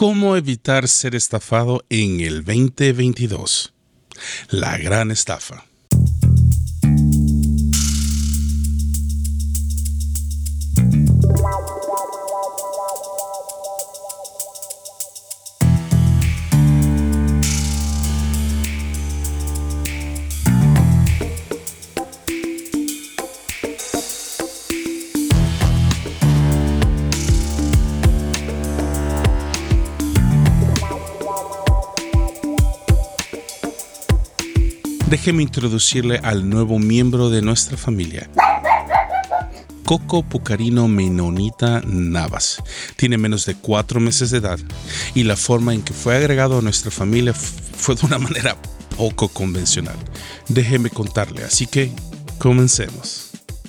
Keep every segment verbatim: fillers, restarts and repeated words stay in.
¿Cómo evitar ser estafado en el veinte veintidós? La gran estafa. Déjeme introducirle al nuevo miembro de nuestra familia. Coco Pucarino Menonita Navas. Tiene menos de cuatro meses de edad y la forma en que fue agregado a nuestra familia fue de una manera poco convencional. Déjeme contarle, así que comencemos.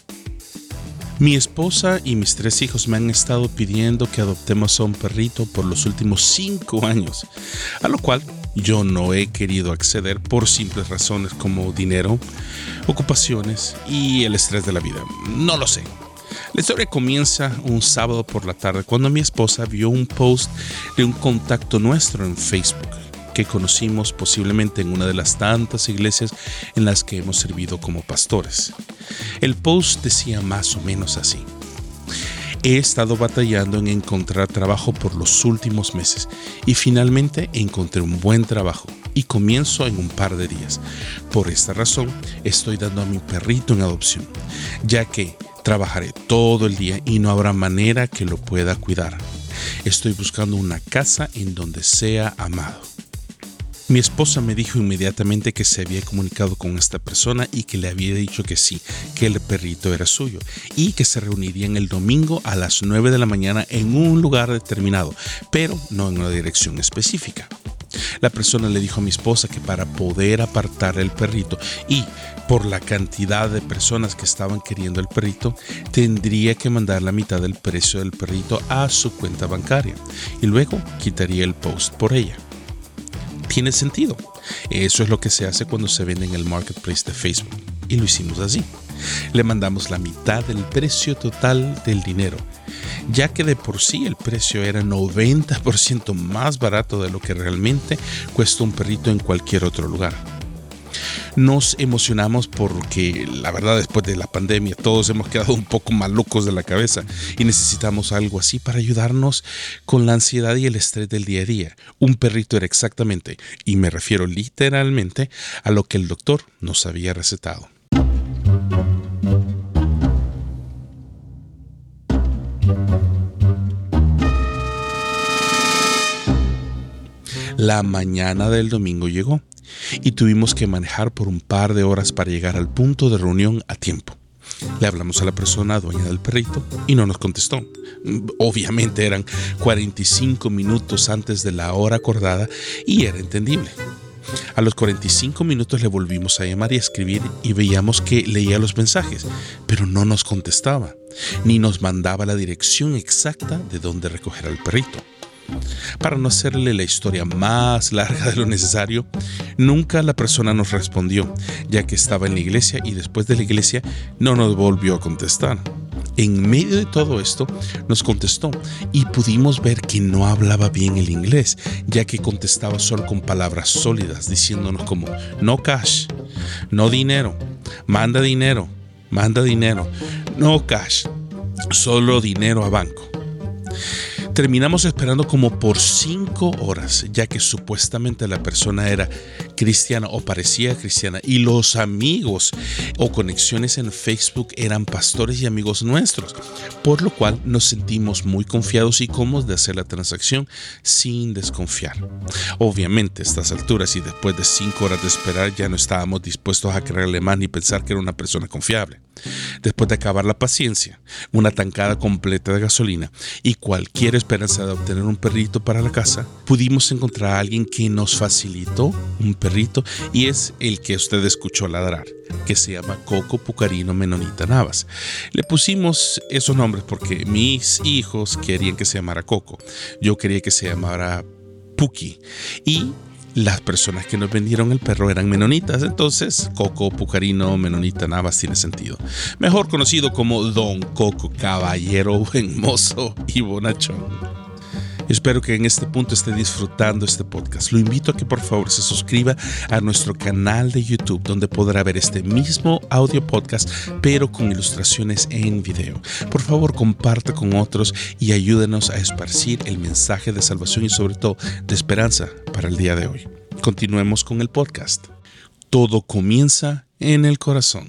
Mi esposa y mis tres hijos me han estado pidiendo que adoptemos a un perrito por los últimos cinco años, a lo cual yo no he querido acceder por simples razones como dinero, ocupaciones y el estrés de la vida. No lo sé. La historia comienza un sábado por la tarde cuando mi esposa vio un post de un contacto nuestro en Facebook que conocimos posiblemente en una de las tantas iglesias en las que hemos servido como pastores. El post decía más o menos así: he estado batallando en encontrar trabajo por los últimos meses y finalmente encontré un buen trabajo y comienzo en un par de días. Por esta razón estoy dando a mi perrito en adopción, ya que trabajaré todo el día y no habrá manera que lo pueda cuidar. Estoy buscando una casa en donde sea amado. Mi esposa me dijo inmediatamente que se había comunicado con esta persona y que le había dicho que sí, que el perrito era suyo y que se reunirían el domingo a las nueve de la mañana en un lugar determinado, pero no en una dirección específica. La persona le dijo a mi esposa que para poder apartar el perrito y por la cantidad de personas que estaban queriendo el perrito, tendría que mandar la mitad del precio del perrito a su cuenta bancaria y luego quitaría el post por ella. Tiene sentido. Eso es lo que se hace cuando se vende en el marketplace de Facebook. Y lo hicimos así. Le mandamos la mitad del precio total del dinero, ya que de por sí el precio era noventa por ciento más barato de lo que realmente cuesta un perrito en cualquier otro lugar. Nos emocionamos porque la verdad después de la pandemia todos hemos quedado un poco malucos de la cabeza y necesitamos algo así para ayudarnos con la ansiedad y el estrés del día a día. Un perrito era exactamente, y me refiero literalmente, a lo que el doctor nos había recetado. La mañana del domingo llegó y tuvimos que manejar por un par de horas para llegar al punto de reunión a tiempo. Le hablamos a la persona dueña del perrito y no nos contestó. Obviamente eran cuarenta y cinco minutos antes de la hora acordada y era entendible. A los cuarenta y cinco minutos le volvimos a llamar y a escribir y veíamos que leía los mensajes, pero no nos contestaba, ni nos mandaba la dirección exacta de dónde recoger al perrito. Para no hacerle la historia más larga de lo necesario, nunca la persona nos respondió, ya que estaba en la iglesia y después de la iglesia no nos volvió a contestar. En medio de todo esto nos contestó y pudimos ver que no hablaba bien el inglés, ya que contestaba solo con palabras sólidas, diciéndonos como no cash, no dinero, manda dinero, manda dinero, no cash, solo dinero a banco. Terminamos esperando como por cinco horas, ya que supuestamente la persona era cristiana o parecía cristiana y los amigos o conexiones en Facebook eran pastores y amigos nuestros, por lo cual nos sentimos muy confiados y cómodos de hacer la transacción sin desconfiar. Obviamente a estas alturas y después de cinco horas de esperar ya no estábamos dispuestos a creerle más ni pensar que era una persona confiable. Después de acabar la paciencia, una tankada completa de gasolina y cualquier esperanza de obtener un perrito para la casa, pudimos encontrar a alguien que nos facilitó un perrito y es el que usted escuchó ladrar, que se llama Coco Pucarino Menonita Navas. Le pusimos esos nombres porque mis hijos querían que se llamara Coco, yo quería que se llamara Puki y las personas que nos vendieron el perro eran menonitas, entonces Coco Pucarino Menonita Navas tiene sentido. Mejor conocido como Don Coco, caballero, buen mozo y bonachón. Espero que en este punto esté disfrutando este podcast. Lo invito a que por favor se suscriba a nuestro canal de YouTube, donde podrá ver este mismo audio podcast, pero con ilustraciones en video. Por favor, comparte con otros y ayúdenos a esparcir el mensaje de salvación y sobre todo de esperanza para el día de hoy. Continuemos con el podcast. Todo comienza en el corazón.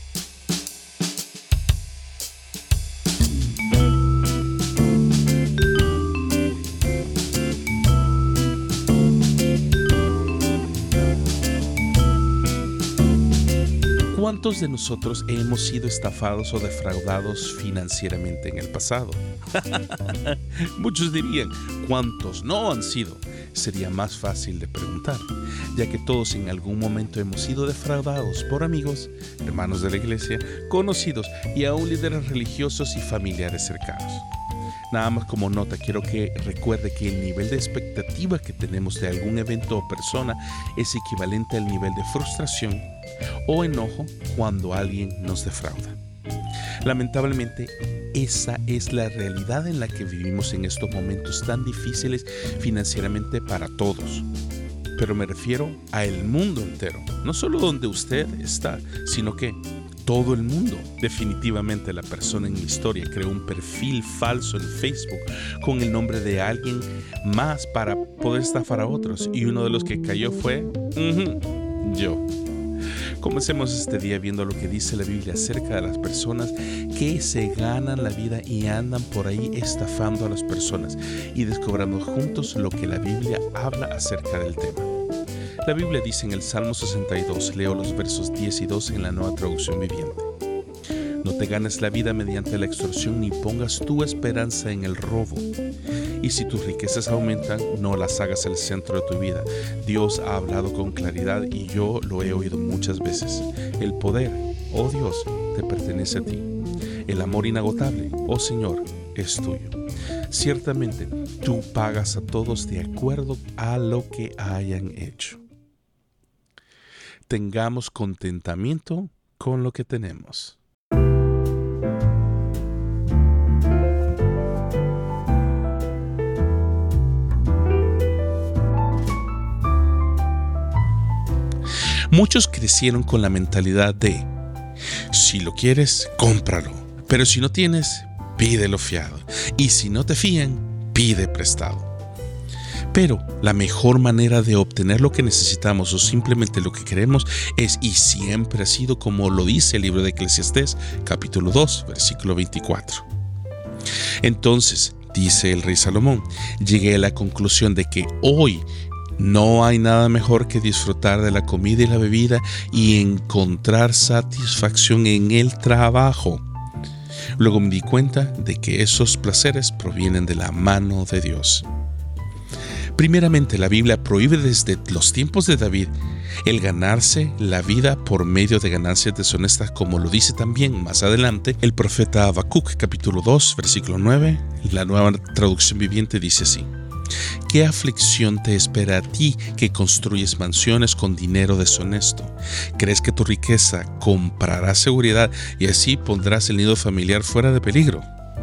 ¿Cuántos de nosotros hemos sido estafados o defraudados financieramente en el pasado? Muchos dirían, ¿cuántos no han sido? Sería más fácil de preguntar, ya que todos en algún momento hemos sido defraudados por amigos, hermanos de la iglesia, conocidos y aún líderes religiosos y familiares cercanos. Nada más como nota, quiero que recuerde que el nivel de expectativa que tenemos de algún evento o persona es equivalente al nivel de frustración o enojo cuando alguien nos defrauda. Lamentablemente, esa es la realidad en la que vivimos en estos momentos tan difíciles financieramente para todos. Pero me refiero a el mundo entero, no solo donde usted está, sino que todo el mundo. Definitivamente la persona en mi historia creó un perfil falso en Facebook con el nombre de alguien más para poder estafar a otros, y uno de los que cayó fue uh-huh, yo. Comencemos este día viendo lo que dice la Biblia acerca de las personas que se ganan la vida y andan por ahí estafando a las personas, y descubramos juntos lo que la Biblia habla acerca del tema. La Biblia dice en el Salmo sesenta y dos, leo los versos diez y doce en la Nueva Traducción Viviente. No te ganes la vida mediante la extorsión, ni pongas tu esperanza en el robo. Y si tus riquezas aumentan, no las hagas el centro de tu vida. Dios ha hablado con claridad y yo lo he oído muchas veces. El poder, oh Dios, te pertenece a ti. El amor inagotable, oh Señor, es tuyo. Ciertamente, tú pagas a todos de acuerdo a lo que hayan hecho. Tengamos contentamiento con lo que tenemos. Muchos crecieron con la mentalidad de, si lo quieres, cómpralo, pero si no tienes, pídelo fiado, y si no te fían, pide prestado. Pero la mejor manera de obtener lo que necesitamos o simplemente lo que queremos es, y siempre ha sido como lo dice el libro de Eclesiastés, capítulo dos, versículo veinticuatro. Entonces, dice el rey Salomón, llegué a la conclusión de que hoy no hay nada mejor que disfrutar de la comida y la bebida y encontrar satisfacción en el trabajo. Luego me di cuenta de que esos placeres provienen de la mano de Dios. Primeramente, la Biblia prohíbe desde los tiempos de David el ganarse la vida por medio de ganancias deshonestas, como lo dice también más adelante el profeta Habacuc, capítulo dos, versículo nueve. La Nueva Traducción Viviente dice así: ¿qué aflicción te espera a ti que construyes mansiones con dinero deshonesto? ¿Crees que tu riqueza comprará seguridad y así pondrás el nido familiar fuera de peligro?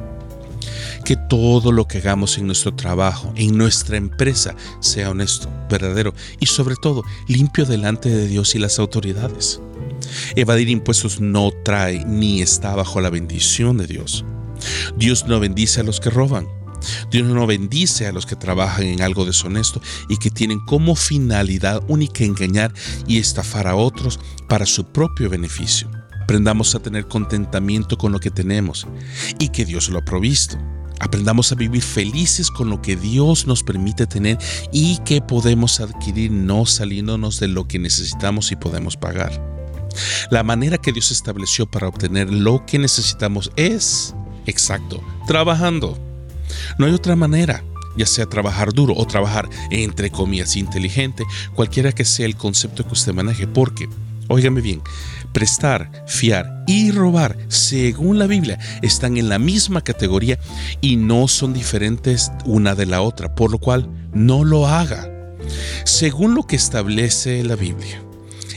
Que todo lo que hagamos en nuestro trabajo, en nuestra empresa, sea honesto, verdadero y sobre todo limpio delante de Dios y las autoridades. Evadir impuestos no trae ni está bajo la bendición de Dios. Dios no bendice a los que roban. Dios no bendice a los que trabajan en algo deshonesto y que tienen como finalidad única engañar y estafar a otros para su propio beneficio. Aprendamos a tener contentamiento con lo que tenemos y que Dios lo ha provisto. Aprendamos a vivir felices con lo que Dios nos permite tener y que podemos adquirir, no saliéndonos de lo que necesitamos y podemos pagar. La manera que Dios estableció para obtener lo que necesitamos es, exacto, trabajando. No hay otra manera, ya sea trabajar duro o trabajar entre comillas inteligente, cualquiera que sea el concepto que usted maneje, porque, óigame bien, prestar, fiar y robar, según la Biblia, están en la misma categoría y no son diferentes una de la otra, por lo cual no lo haga. Según lo que establece la Biblia,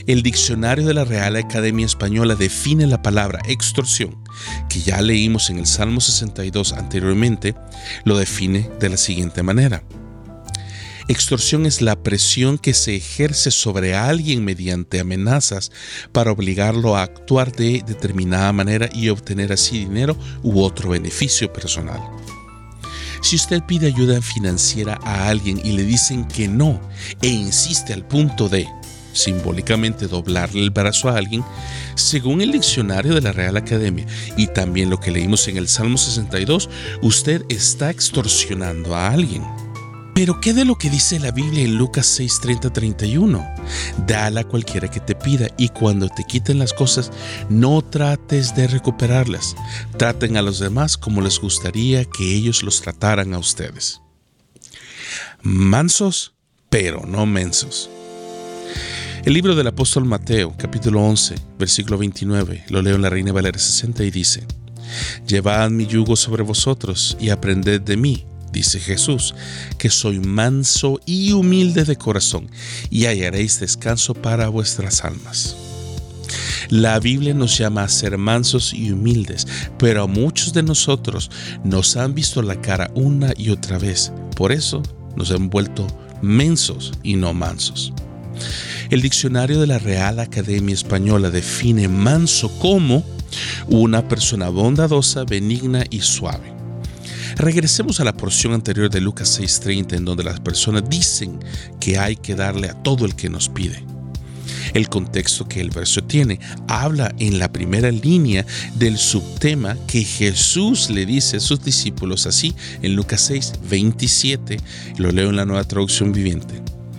El diccionario de la Real Academia Española define la palabra extorsión, que ya leímos en el Salmo sesenta y dos anteriormente, lo define de la siguiente manera. Extorsión es la presión que se ejerce sobre alguien mediante amenazas para obligarlo a actuar de determinada manera y obtener así dinero u otro beneficio personal. Si usted pide ayuda financiera a alguien y le dicen que no e insiste al punto de simbólicamente doblarle el brazo a alguien, según el diccionario de la Real Academia y también lo que leímos en el Salmo sesenta y dos, usted está extorsionando a alguien. Pero ¿qué de lo que dice la Biblia en Lucas seis, treinta, treinta y uno? Dale a cualquiera que te pida y cuando te quiten las cosas, no trates de recuperarlas. Traten a los demás como les gustaría que ellos los trataran a ustedes. Mansos, pero no mensos. El libro del apóstol Mateo, capítulo once, versículo veintinueve, lo leo en la Reina Valera sesenta y dice: Llevad mi yugo sobre vosotros y aprended de mí, dice Jesús, que soy manso y humilde de corazón, y hallaréis descanso para vuestras almas. La Biblia nos llama a ser mansos y humildes, pero a muchos de nosotros nos han visto la cara una y otra vez. Por eso nos han vuelto mensos y no mansos. El diccionario de la Real Academia Española define manso como una persona bondadosa, benigna y suave. Regresemos a la porción anterior de Lucas seis treinta, en donde las personas dicen que hay que darle a todo el que nos pide. El contexto que el verso tiene habla en la primera línea del subtema que Jesús le dice a sus discípulos así en Lucas seis veintisiete, lo leo en la Nueva Traducción Viviente.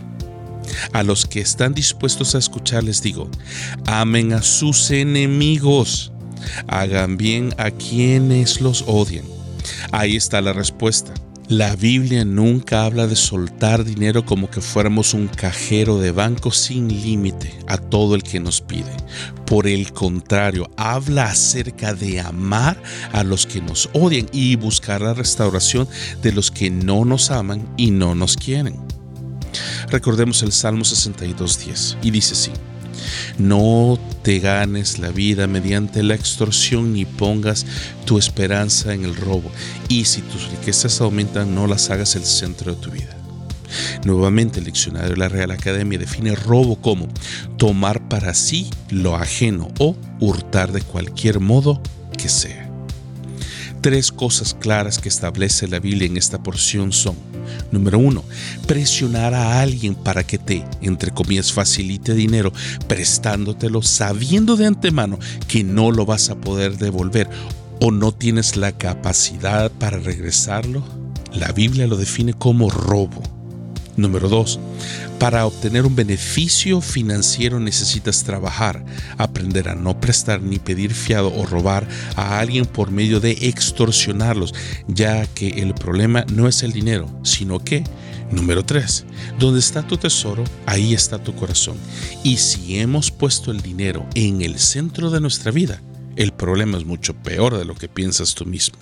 A los que están dispuestos a escuchar les digo, amen a sus enemigos, hagan bien a quienes los odian. Ahí está la respuesta. La Biblia nunca habla de soltar dinero como que fuéramos un cajero de banco sin límite a todo el que nos pide. Por el contrario, habla acerca de amar a los que nos odian y buscar la restauración de los que no nos aman y no nos quieren. Recordemos el Salmo sesenta y dos diez y dice así: No te ganes la vida mediante la extorsión ni pongas tu esperanza en el robo, y si tus riquezas aumentan, no las hagas el centro de tu vida. Nuevamente, el diccionario de la Real Academia define robo como tomar para sí lo ajeno o hurtar de cualquier modo que sea. Tres cosas claras que establece la Biblia en esta porción son: número uno, presionar a alguien para que te, entre comillas, facilite dinero, prestándotelo sabiendo de antemano que no lo vas a poder devolver o no tienes la capacidad para regresarlo. La Biblia lo define como robo. Número dos, para obtener un beneficio financiero necesitas trabajar, aprender a no prestar ni pedir fiado o robar a alguien por medio de extorsionarlos, ya que el problema no es el dinero, sino que, número tres, donde está tu tesoro, ahí está tu corazón. Y si hemos puesto el dinero en el centro de nuestra vida, el problema es mucho peor de lo que piensas tú mismo.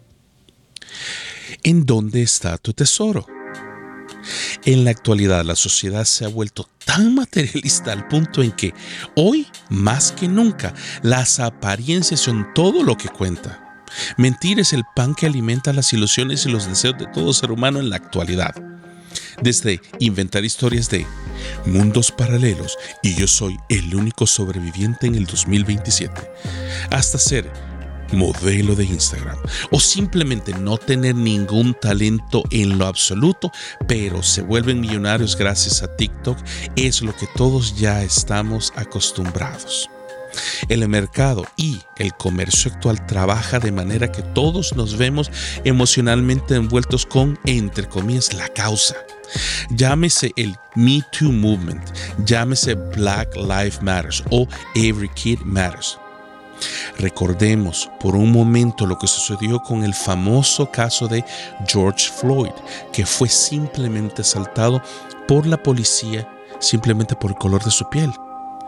¿En dónde está tu tesoro? En la actualidad, la sociedad se ha vuelto tan materialista al punto en que hoy, más que nunca, las apariencias son todo lo que cuenta. Mentir es el pan que alimenta las ilusiones y los deseos de todo ser humano en la actualidad. Desde inventar historias de mundos paralelos y yo soy el único sobreviviente en el dos mil veintisiete, hasta ser modelo de Instagram o simplemente no tener ningún talento en lo absoluto, pero se vuelven millonarios gracias a TikTok, es lo que todos ya estamos acostumbrados. El mercado y el comercio actual trabaja de manera que todos nos vemos emocionalmente envueltos con, entre comillas, la causa. Llámese el Me Too Movement, llámese Black Lives Matter o Every Kid Matters. Recordemos por un momento lo que sucedió con el famoso caso de George Floyd, que fue simplemente asaltado por la policía simplemente por el color de su piel.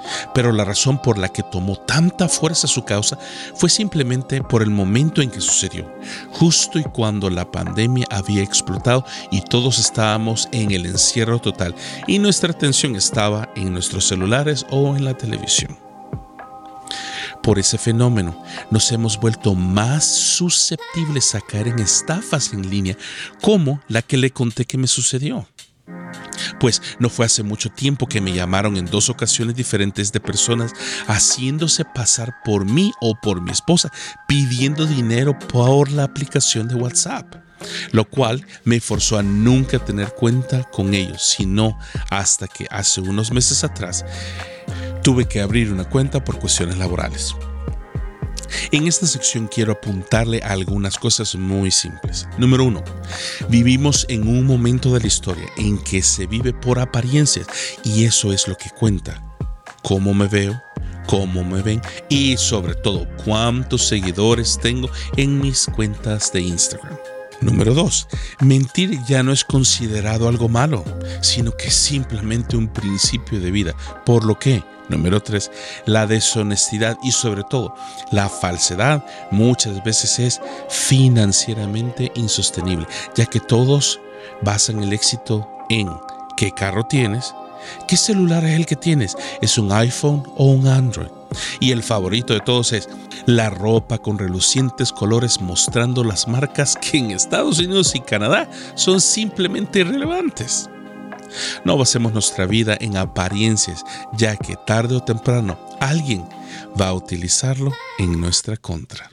pero la razón por la que tomó tanta fuerza su causa fue simplemente por el momento en que sucedió, justo y cuando la pandemia había explotado y todos estábamos en el encierro total y nuestra atención estaba en nuestros celulares o en la televisión. Por ese fenómeno nos hemos vuelto más susceptibles a caer en estafas en línea como la que le conté que me sucedió. Pues no fue hace mucho tiempo que me llamaron en dos ocasiones diferentes de personas haciéndose pasar por mí o por mi esposa, pidiendo dinero por la aplicación de WhatsApp, lo cual me forzó a nunca tener cuenta con ellos, sino hasta que hace unos meses atrás tuve que abrir una cuenta por cuestiones laborales. En esta sección quiero apuntarle a algunas cosas muy simples. Número uno, vivimos en un momento de la historia en que se vive por apariencias y eso es lo que cuenta. Cómo me veo, cómo me ven y sobre todo cuántos seguidores tengo en mis cuentas de Instagram. Número dos, mentir ya no es considerado algo malo, sino que es simplemente un principio de vida, por lo que número tres, la deshonestidad y sobre todo la falsedad muchas veces es financieramente insostenible, ya que todos basan el éxito en qué carro tienes, qué celular es el que tienes, es un iPhone o un Android. Y el favorito de todos es la ropa con relucientes colores mostrando las marcas que en Estados Unidos y Canadá son simplemente irrelevantes. No basemos nuestra vida en apariencias, ya que tarde o temprano alguien va a utilizarlo en nuestra contra.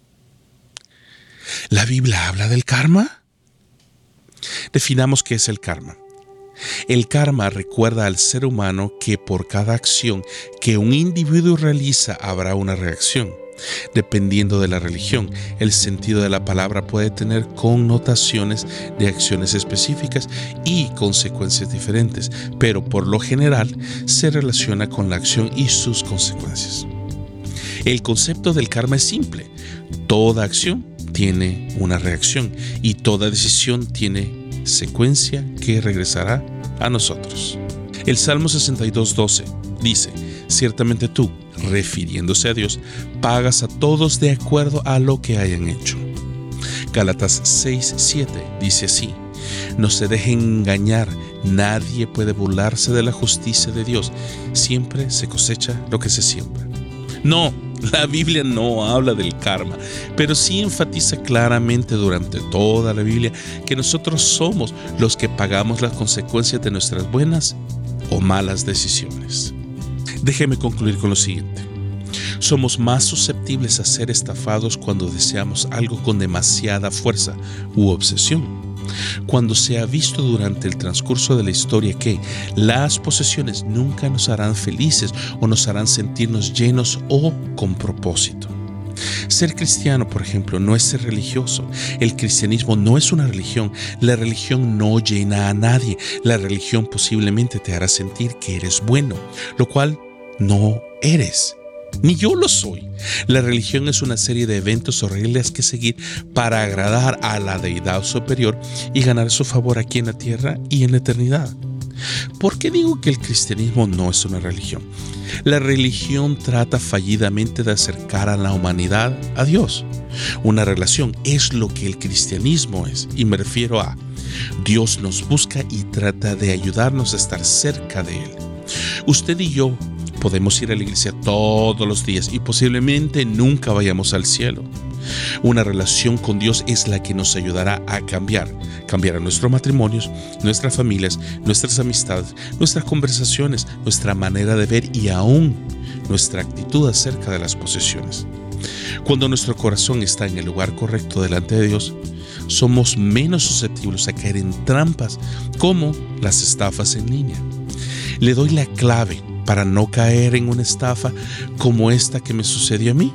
¿La Biblia habla del karma? Definamos qué es el karma. El karma recuerda al ser humano que por cada acción que un individuo realiza habrá una reacción. Dependiendo de la religión, el sentido de la palabra puede tener connotaciones de acciones específicas y consecuencias diferentes, pero por lo general se relaciona con la acción y sus consecuencias. El concepto del karma es simple. Toda acción tiene una reacción y toda decisión tiene secuencia que regresará a nosotros. El Salmo sesenta y dos, doce dice: ciertamente tú, refiriéndose a Dios, pagas a todos de acuerdo a lo que hayan hecho. Gálatas seis, siete dice así: no se dejen engañar, nadie puede burlarse de la justicia de Dios, siempre se cosecha lo que se siembra. No, la Biblia no habla del karma, pero sí enfatiza claramente durante toda la Biblia que nosotros somos los que pagamos las consecuencias de nuestras buenas o malas decisiones. Déjeme concluir con lo siguiente. Somos más susceptibles a ser estafados cuando deseamos algo con demasiada fuerza u obsesión. Cuando se ha visto durante el transcurso de la historia que las posesiones nunca nos harán felices o nos harán sentirnos llenos o con propósito. Ser cristiano, por ejemplo, no es ser religioso. El cristianismo no es una religión. La religión no llena a nadie. La religión posiblemente te hará sentir que eres bueno, lo cual no eres. Ni yo lo soy. La religión es una serie de eventos o reglas que seguir para agradar a la deidad superior y ganar su favor aquí en la tierra y en la eternidad. ¿Por qué digo que el cristianismo no es una religión? La religión trata fallidamente de acercar a la humanidad a Dios. Una relación es lo que el cristianismo es, y me refiero a Dios nos busca y trata de ayudarnos a estar cerca de Él. Usted y yo podemos ir a la iglesia todos los días y posiblemente nunca vayamos al cielo. Una relación con Dios es la que nos ayudará a cambiar, cambiar a nuestros matrimonios, nuestras familias, nuestras amistades, nuestras conversaciones, nuestra manera de ver y aún nuestra actitud acerca de las posesiones. Cuando nuestro corazón está en el lugar correcto delante de Dios, somos menos susceptibles a caer en trampas como las estafas en línea. Le doy la clave para no caer en una estafa como esta que me sucedió a mí.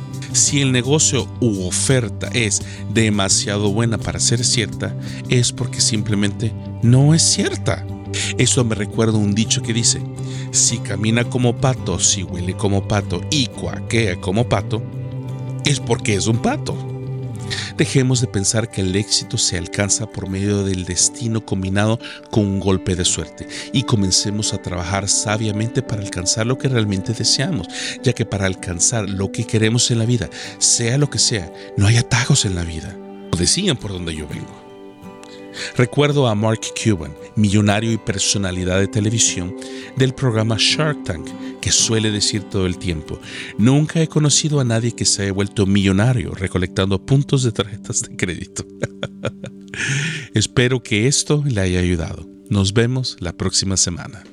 Si el negocio u oferta es demasiado buena para ser cierta, es porque simplemente no es cierta. Esto me recuerda un dicho que dice: si camina como pato, si huele como pato y cuaquea como pato, es porque es un pato. Dejemos de pensar que el éxito se alcanza por medio del destino combinado con un golpe de suerte y comencemos a trabajar sabiamente para alcanzar lo que realmente deseamos, ya que para alcanzar lo que queremos en la vida, sea lo que sea, no hay atajos en la vida. Lo decían por donde yo vengo. Recuerdo a Mark Cuban, millonario y personalidad de televisión del programa Shark Tank, que suele decir todo el tiempo: nunca he conocido a nadie que se haya vuelto millonario recolectando puntos de tarjetas de crédito. Espero que esto le haya ayudado. Nos vemos la próxima semana.